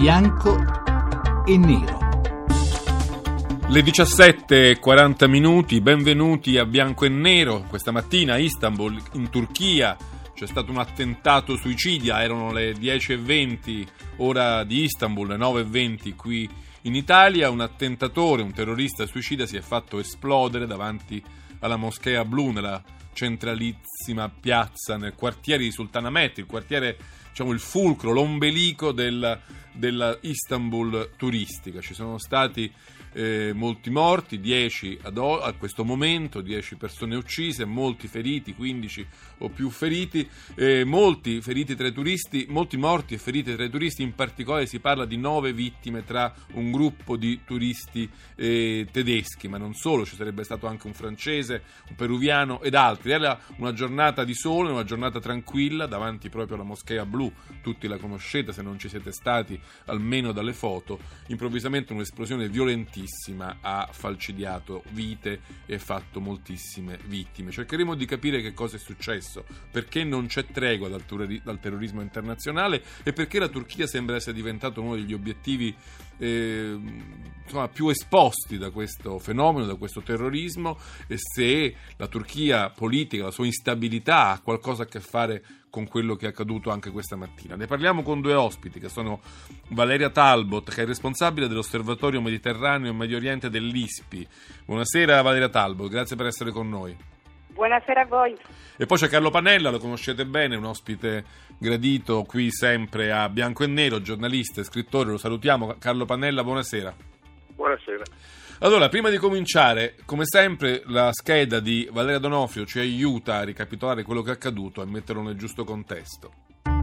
bianco e nero. Le 17:40, benvenuti a Bianco e Nero. Questa mattina a Istanbul, in Turchia, c'è stato un attentato suicidia, erano le 10:20 ora di Istanbul, le 9:20 qui in Italia. Un attentatore, un terrorista suicida si è fatto esplodere davanti alla Moschea Blu, nella centralissima piazza, nel quartiere di Sultanahmet, il quartiere, diciamo, il fulcro, l'ombelico della Istanbul turistica. Ci sono stati molti morti, 10 a questo momento, 10 persone uccise, molti feriti, 15 o più feriti, molti feriti tra i turisti, molti morti e feriti tra i turisti. In particolare si parla di 9 vittime tra un gruppo di turisti tedeschi, ma non solo, ci sarebbe stato anche un francese, un peruviano ed altri. Era una giornata di sole, una giornata tranquilla davanti proprio alla Moschea Blu. Tutti la conoscete, se non ci siete stati almeno dalle foto. Improvvisamente un'esplosione violentissima ha falcidiato vite e fatto moltissime vittime. Cercheremo di capire che cosa è successo, perché non c'è tregua dal terrorismo internazionale e perché la Turchia sembra essere diventato uno degli obiettivi più esposti da questo fenomeno, da questo terrorismo, e se la Turchia politica, la sua instabilità ha qualcosa a che fare con quello che è accaduto anche questa mattina. Ne parliamo con due ospiti, che sono Valeria Talbot, che è responsabile dell'Osservatorio Mediterraneo e Medio Oriente dell'ISPI. Buonasera Valeria Talbot, grazie per essere con noi. Buonasera a voi. E poi c'è Carlo Panella, lo conoscete bene, un ospite gradito qui sempre a Bianco e Nero, giornalista e scrittore, lo salutiamo. Carlo Panella, buonasera. Buonasera. Allora, prima di cominciare, come sempre, la scheda di Valeria Donofrio ci aiuta a ricapitolare quello che è accaduto e metterlo nel giusto contesto.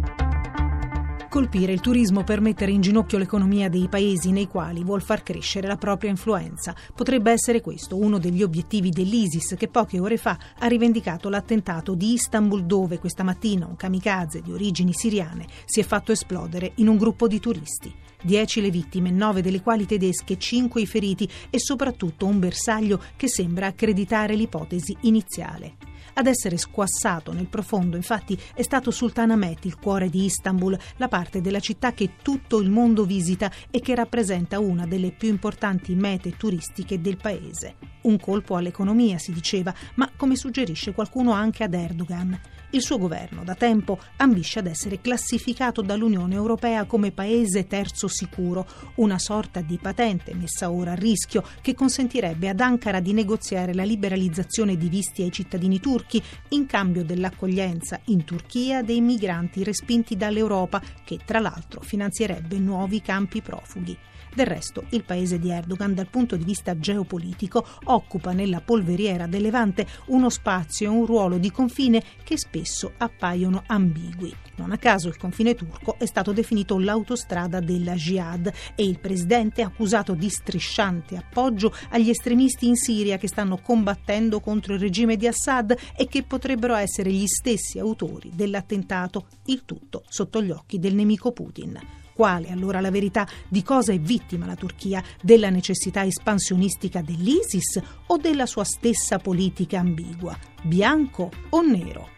Colpire il turismo per mettere in ginocchio l'economia dei paesi nei quali vuol far crescere la propria influenza. Potrebbe essere questo uno degli obiettivi dell'ISIS, che poche ore fa ha rivendicato l'attentato di Istanbul, dove questa mattina un kamikaze di origini siriane si è fatto esplodere in un gruppo di turisti. 10 le vittime, 9 delle quali tedesche, 5 i feriti e soprattutto un bersaglio che sembra accreditare l'ipotesi iniziale. Ad essere squassato nel profondo, infatti, è stato Sultanahmet, il cuore di Istanbul, la parte della città che tutto il mondo visita e che rappresenta una delle più importanti mete turistiche del paese. Un colpo all'economia, si diceva, ma come suggerisce qualcuno anche ad Erdogan. Il suo governo da tempo ambisce ad essere classificato dall'Unione Europea come paese terzo sicuro, una sorta di patente messa ora a rischio che consentirebbe ad Ankara di negoziare la liberalizzazione di visti ai cittadini turchi in cambio dell'accoglienza in Turchia dei migranti respinti dall'Europa, che tra l'altro finanzierebbe nuovi campi profughi. Del resto, il paese di Erdogan, dal punto di vista geopolitico, occupa nella polveriera del Levante uno spazio e un ruolo di confine che spesso appaiono ambigui. Non a caso il confine turco è stato definito l'autostrada della jihad e il presidente è accusato di strisciante appoggio agli estremisti in Siria che stanno combattendo contro il regime di Assad e che potrebbero essere gli stessi autori dell'attentato, il tutto sotto gli occhi del nemico Putin. Quale allora la verità? Di cosa è vittima la Turchia? Della necessità espansionistica dell'ISIS o della sua stessa politica ambigua? Bianco o nero?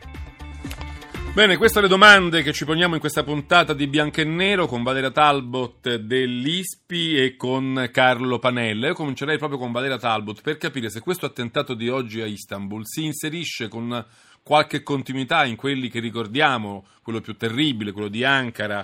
Bene, queste le domande che ci poniamo in questa puntata di Bianco e Nero con Valeria Talbot dell'ISPI e con Carlo Panella. Io comincerei proprio con Valeria Talbot per capire se questo attentato di oggi a Istanbul si inserisce con qualche continuità in quelli che ricordiamo, quello più terribile, quello di Ankara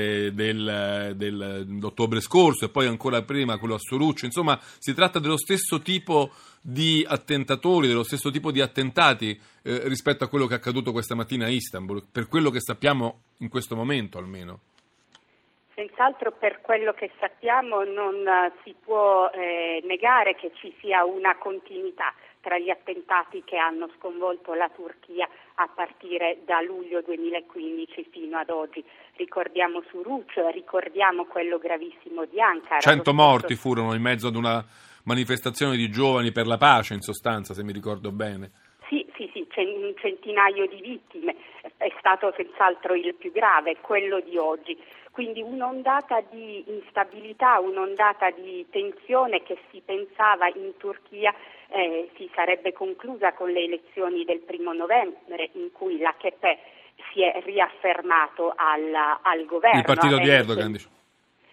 dell'ottobre scorso e poi ancora prima quello a Suruç. Insomma, si tratta dello stesso tipo di attentatori, dello stesso tipo di attentati rispetto a quello che è accaduto questa mattina a Istanbul, per quello che sappiamo in questo momento almeno. Senz'altro, per quello che sappiamo non si può negare che ci sia una continuità tra gli attentati che hanno sconvolto la Turchia a partire da luglio 2015 fino ad oggi. Ricordiamo Suruç, ricordiamo quello gravissimo di Ankara. 100 morti furono in mezzo ad una manifestazione di giovani per la pace, in sostanza, se mi ricordo bene. Sì, un centinaio di vittime, è stato senz'altro il più grave, quello di oggi. Quindi un'ondata di instabilità, un'ondata di tensione che si pensava in Turchia si sarebbe conclusa con le elezioni del 1 novembre, in cui l'AKP si è riaffermato al governo. Il partito di Erdogan, diciamo.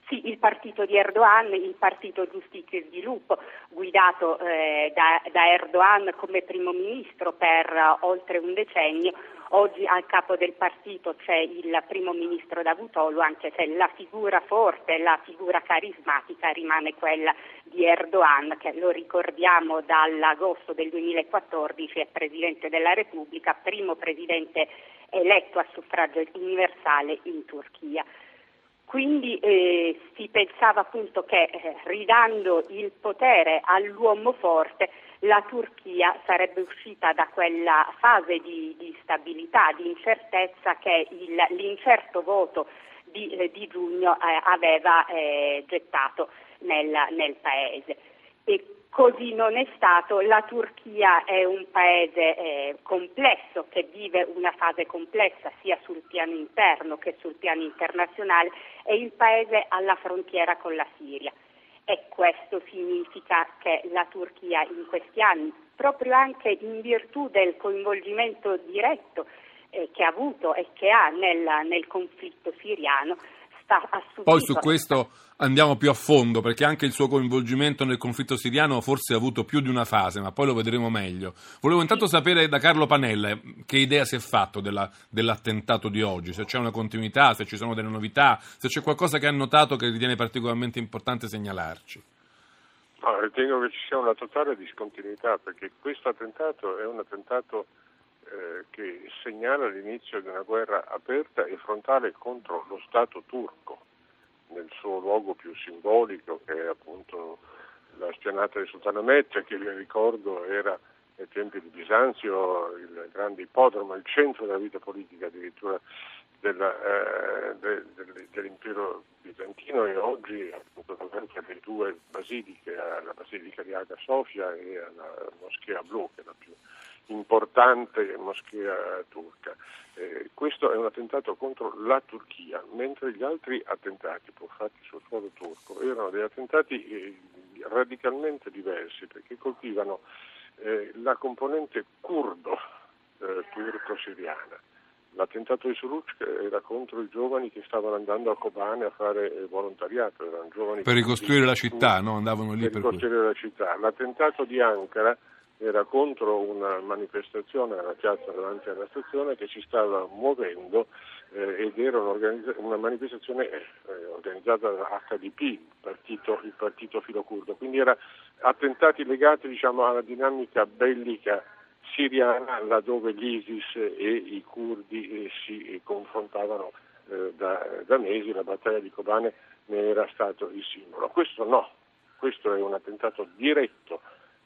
Sì, il partito di Erdogan, il partito Giustizia e Sviluppo, guidato da Erdogan come primo ministro per oltre un decennio. Oggi al capo del partito c'è il primo ministro Davutoglu, anche se la figura forte, la figura carismatica rimane quella di Erdogan, che lo ricordiamo dall'agosto del 2014 è Presidente della Repubblica, primo presidente eletto a suffragio universale in Turchia. Quindi si pensava appunto che ridando il potere all'uomo forte la Turchia sarebbe uscita da quella fase di instabilità, di incertezza che l'incerto voto di giugno aveva gettato nel paese. E così non è stato. La Turchia è un paese complesso, che vive una fase complessa sia sul piano interno che sul piano internazionale, è il paese alla frontiera con la Siria. E questo significa che la Turchia in questi anni, proprio anche in virtù del coinvolgimento diretto che ha avuto e che ha nel conflitto siriano, ha subito. Poi su questo andiamo più a fondo, perché anche il suo coinvolgimento nel conflitto siriano forse ha avuto più di una fase, ma poi lo vedremo meglio. Volevo intanto sapere da Carlo Panella che idea si è fatto dell'attentato di oggi, se c'è una continuità, se ci sono delle novità, se c'è qualcosa che ha notato che ritiene particolarmente importante segnalarci. No, ritengo che ci sia una totale discontinuità, perché questo attentato è un attentato che segnala l'inizio di una guerra aperta e frontale contro lo Stato turco, nel suo luogo più simbolico, che è appunto la spianata di Sultanahmet, che vi ricordo era ai tempi di Bisanzio il grande ippodromo, il centro della vita politica addirittura dell'impero bizantino, e oggi appunto davanti alle due basiliche, alla Basilica di Hagia Sofia e alla Moschea Blu, che è la più importante moschea turca. Questo è un attentato contro la Turchia, mentre gli altri attentati fatti sul suolo turco erano degli attentati radicalmente diversi, perché colpivano la componente curdo turco-siriana. L'attentato di Suruç era contro i giovani che stavano andando a Kobane a fare volontariato, erano giovani per ricostruire la città, no? Andavano lì per ricostruire la città. L'attentato di Ankara era contro una manifestazione alla piazza davanti alla stazione che si stava muovendo ed era una manifestazione organizzata da HDP, il partito filocurdo, quindi era attentati legati alla dinamica bellica siriana, laddove l'ISIS e i curdi si confrontavano da mesi. La battaglia di Kobane ne era stato il simbolo. Questo no, questo è un attentato diretto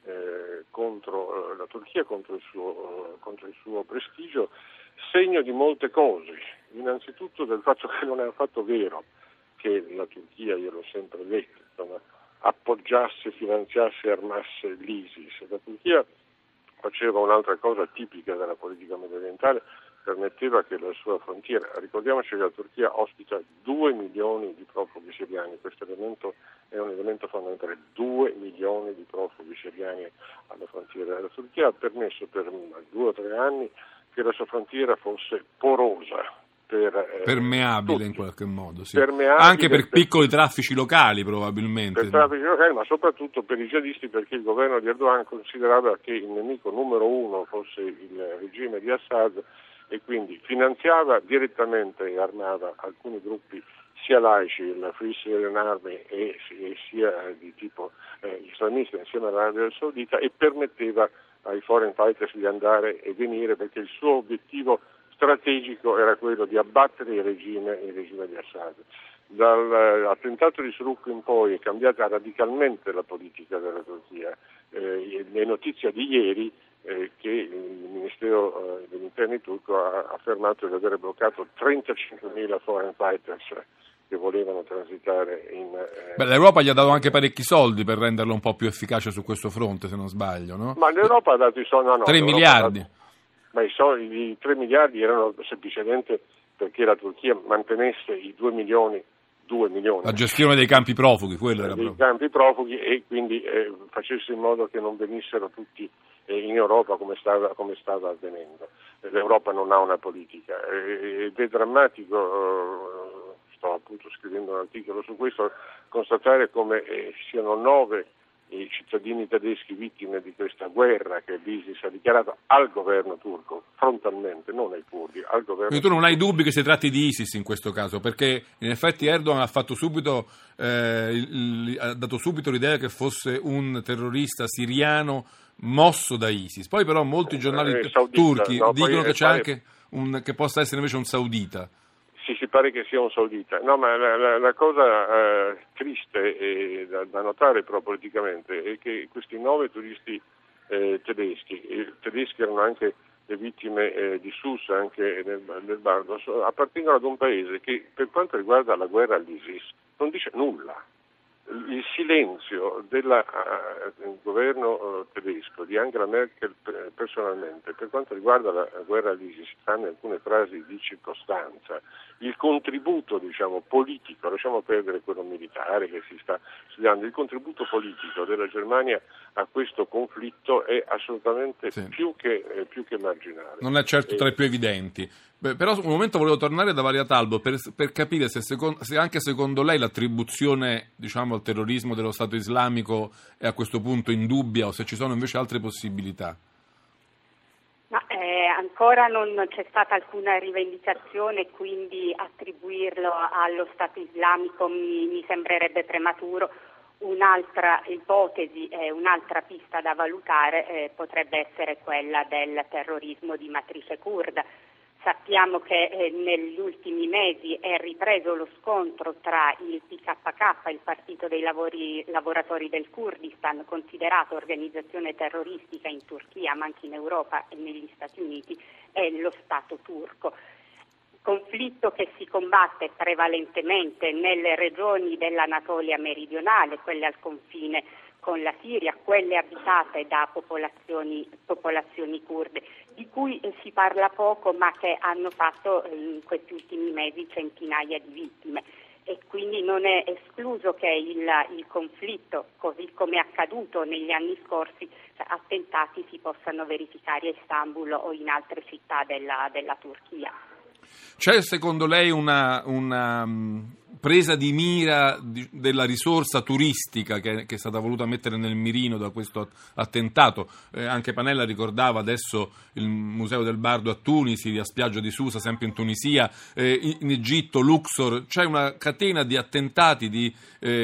contro la Turchia, contro il suo prestigio, segno di molte cose, innanzitutto del fatto che non è affatto vero che la Turchia, io l'ho sempre detto, appoggiasse, finanziasse e armasse l'ISIS. La Turchia faceva un'altra cosa tipica della politica mediorientale, permetteva che la sua frontiera, ricordiamoci che la Turchia ospita 2 milioni di profughi siriani, questo elemento è un elemento fondamentale, 2 milioni di profughi siriani alla frontiera della Turchia, ha permesso per 2 o 3 anni che la sua frontiera fosse porosa, permeabile tutti. In qualche modo, sì. Permeabile anche per piccoli traffici locali probabilmente. Per traffici locali, ma soprattutto per i jihadisti, perché il governo di Erdogan considerava che il nemico numero uno fosse il regime di Assad e quindi finanziava direttamente e armava alcuni gruppi sia laici, il Free Syrian Army e sia di tipo islamista insieme all'Arabia Saudita, e permetteva ai foreign fighters di andare e venire, perché il suo obiettivo strategico era quello di abbattere il regime di Assad. Dall'attentato di Suruç in poi è cambiata radicalmente la politica della Turchia. Le notizie di ieri che il Ministero degli Interni turco ha affermato di aver bloccato 35.000 foreign fighters che volevano transitare in... l'Europa gli ha dato anche parecchi soldi per renderlo un po' più efficace su questo fronte, se non sbaglio, no? Ma l'Europa ha dato i soldi... No, 3 miliardi. Ma i 3 miliardi erano semplicemente perché la Turchia mantenesse i 2 milioni. La gestione dei campi profughi, quello era proprio. Dei campi profughi, e quindi facesse in modo che non venissero tutti in Europa come stava avvenendo. L'Europa non ha una politica ed è drammatico sto appunto scrivendo un articolo su questo, constatare come siano 9 i cittadini tedeschi vittime di questa guerra che l'ISIS ha dichiarato al governo turco, frontalmente, non ai curdi, al governo. Quindi tu non hai dubbi che si tratti di ISIS in questo caso, perché in effetti Erdogan ha dato subito l'idea che fosse un terrorista siriano mosso da ISIS. Poi però molti giornali turchi dicono che c'è anche che possa essere invece un saudita. Sì, si pare che sia un saudita. No, ma la cosa triste da notare però politicamente è che questi 9 turisti tedeschi erano anche le vittime di Sus, anche nel Bardos, appartengono ad un paese che per quanto riguarda la guerra all'ISIS non dice nulla. Il silenzio del governo tedesco, di Angela Merkel personalmente, per quanto riguarda la guerra all'ISIS, tranne alcune frasi di circostanza, il contributo politico, lasciamo perdere quello militare che si sta studiando, il contributo politico della Germania a questo conflitto è assolutamente più che marginale. Non è certo tra i più evidenti. Però un momento volevo tornare da Varia Talbo per capire se anche secondo lei l'attribuzione al terrorismo dello Stato islamico è a questo punto indubbia o se ci sono invece altre possibilità. Ma ancora non c'è stata alcuna rivendicazione, quindi attribuirlo allo Stato islamico mi sembrerebbe prematuro. Un'altra ipotesi, un'altra pista da valutare potrebbe essere quella del terrorismo di matrice curda. Sappiamo che negli ultimi mesi è ripreso lo scontro tra il PKK, il Partito dei Lavoratori del Kurdistan, considerato organizzazione terroristica in Turchia, ma anche in Europa e negli Stati Uniti, e lo Stato turco. Conflitto che si combatte prevalentemente nelle regioni dell'Anatolia meridionale, quelle al confine con la Siria, quelle abitate da popolazioni curde, di cui si parla poco ma che hanno fatto in questi ultimi mesi centinaia di vittime, e quindi non è escluso che il conflitto, così come è accaduto negli anni scorsi, attentati si possano verificare a Istanbul o in altre città della Turchia. C'è secondo lei una presa di mira della risorsa turistica che è stata voluta mettere nel mirino da questo attentato? Anche Panella ricordava adesso il Museo del Bardo a Tunisi, a Spiaggia di Susa, sempre in Tunisia, in Egitto, Luxor. C'è una catena di attentati, di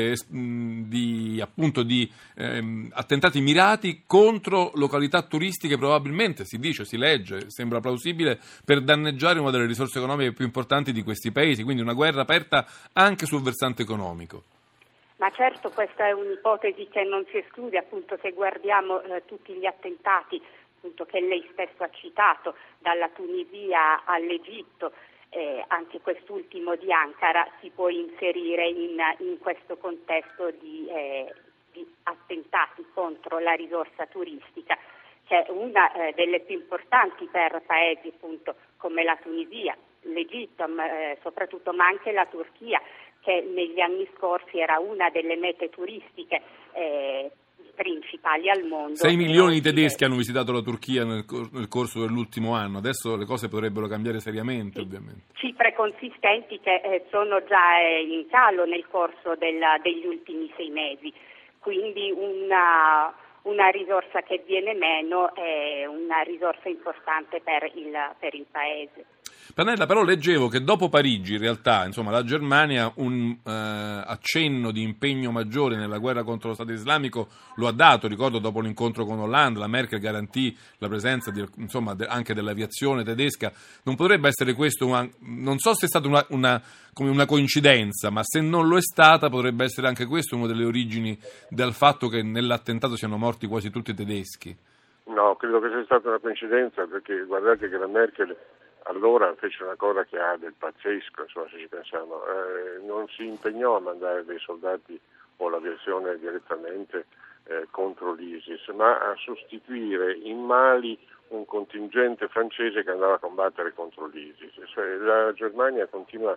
attentati mirati contro località turistiche, probabilmente si dice, si legge, sembra plausibile, per danneggiare una delle risorse economiche più importanti di questi paesi, quindi una guerra aperta anche sul versante economico. Ma certo, questa è un'ipotesi che non si esclude, appunto se guardiamo tutti gli attentati appunto, che lei stesso ha citato, dalla Tunisia all'Egitto, anche quest'ultimo di Ankara si può inserire in questo contesto di attentati contro la risorsa turistica, che è una delle più importanti per paesi appunto come la Tunisia, l'Egitto soprattutto, ma anche la Turchia, che negli anni scorsi era una delle mete turistiche principali al mondo. 6 milioni di tedeschi hanno visitato la Turchia nel corso dell'ultimo anno, adesso le cose potrebbero cambiare seriamente, ovviamente. Cifre consistenti che sono già in calo nel corso degli ultimi 6 mesi, quindi una risorsa che viene meno è una risorsa importante per il Paese. Panella, però leggevo che dopo Parigi in realtà la Germania un accenno di impegno maggiore nella guerra contro lo Stato islamico lo ha dato. Ricordo dopo l'incontro con Hollande la Merkel garantì la presenza anche dell'aviazione tedesca. Non potrebbe essere questo non so se è stata una coincidenza, ma se non lo è stata potrebbe essere anche questo una delle origini del fatto che nell'attentato siano morti quasi tutti tedeschi. No, credo che sia stata una coincidenza, perché guardate che la Merkel allora fece una cosa che ha del pazzesco, se ci pensiamo, non si impegnò a mandare dei soldati o l'aviazione direttamente contro l'ISIS, ma a sostituire in Mali un contingente francese che andava a combattere contro l'ISIS. La Germania continua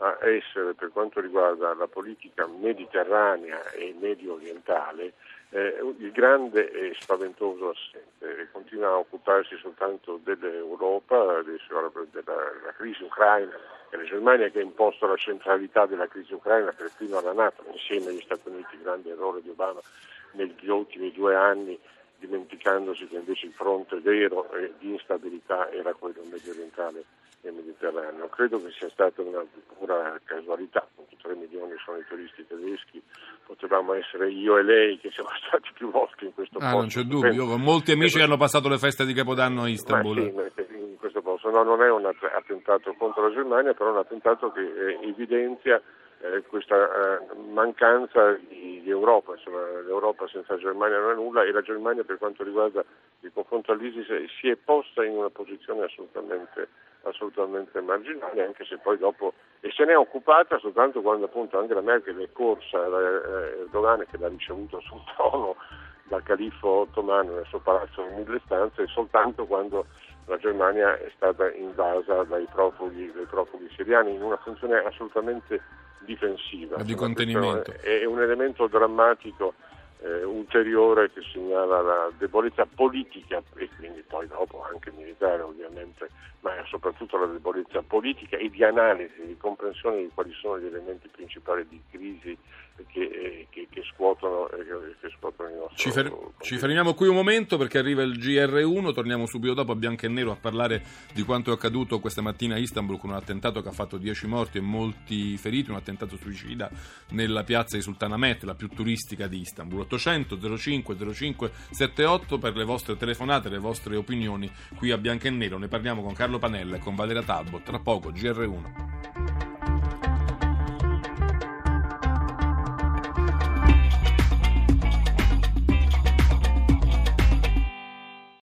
a essere, per quanto riguarda la politica mediterranea e medio orientale, il grande e spaventoso assente. Continua a occuparsi soltanto dell'Europa, della crisi ucraina. È la Germania che ha imposto la centralità della crisi ucraina perfino alla NATO, insieme agli Stati Uniti, grande errore di Obama negli ultimi 2 anni, dimenticandosi che invece il fronte vero di instabilità era quello medio orientale e mediterraneo. Credo che sia stata una pura casualità, 3 milioni sono i turisti tedeschi, potevamo essere io e lei che siamo stati più volte in questo posto. Non c'è dubbio, io ho molti amici che hanno passato le feste di Capodanno a Istanbul. Ma sì, in questo posto. No, non è un attentato contro la Germania, però è un attentato che evidenzia questa mancanza di Europa. Insomma, l'Europa senza Germania non è nulla, e la Germania, per quanto riguarda il confronto all'ISIS, si è posta in una posizione assolutamente marginale, anche se poi dopo, e se ne è occupata soltanto quando appunto Angela Merkel è corsa da Erdogan, che l'ha ricevuto sul trono dal califfo ottomano nel suo palazzo in 1000 stanze, e soltanto quando la Germania è stata invasa dai profughi siriani, in una funzione assolutamente difensiva. Di contenimento. È un elemento drammatico ulteriore che segnala la debolezza politica, e quindi poi dopo anche militare ovviamente, ma soprattutto la debolezza politica e di analisi, di comprensione di quali sono gli elementi principali di crisi che scuotono il nostro. Ci fermiamo qui un momento perché arriva il GR1, torniamo subito dopo a Bianco e Nero a parlare di quanto è accaduto questa mattina a Istanbul con un attentato che ha fatto 10 morti e molti feriti, un attentato suicida nella piazza di Sultanahmet, la più turistica di Istanbul. 800 05 05 78 per le vostre telefonate, le vostre opinioni qui a Bianco e Nero. Ne parliamo con Carlo Panella e con Valeria Talbot tra poco. GR1.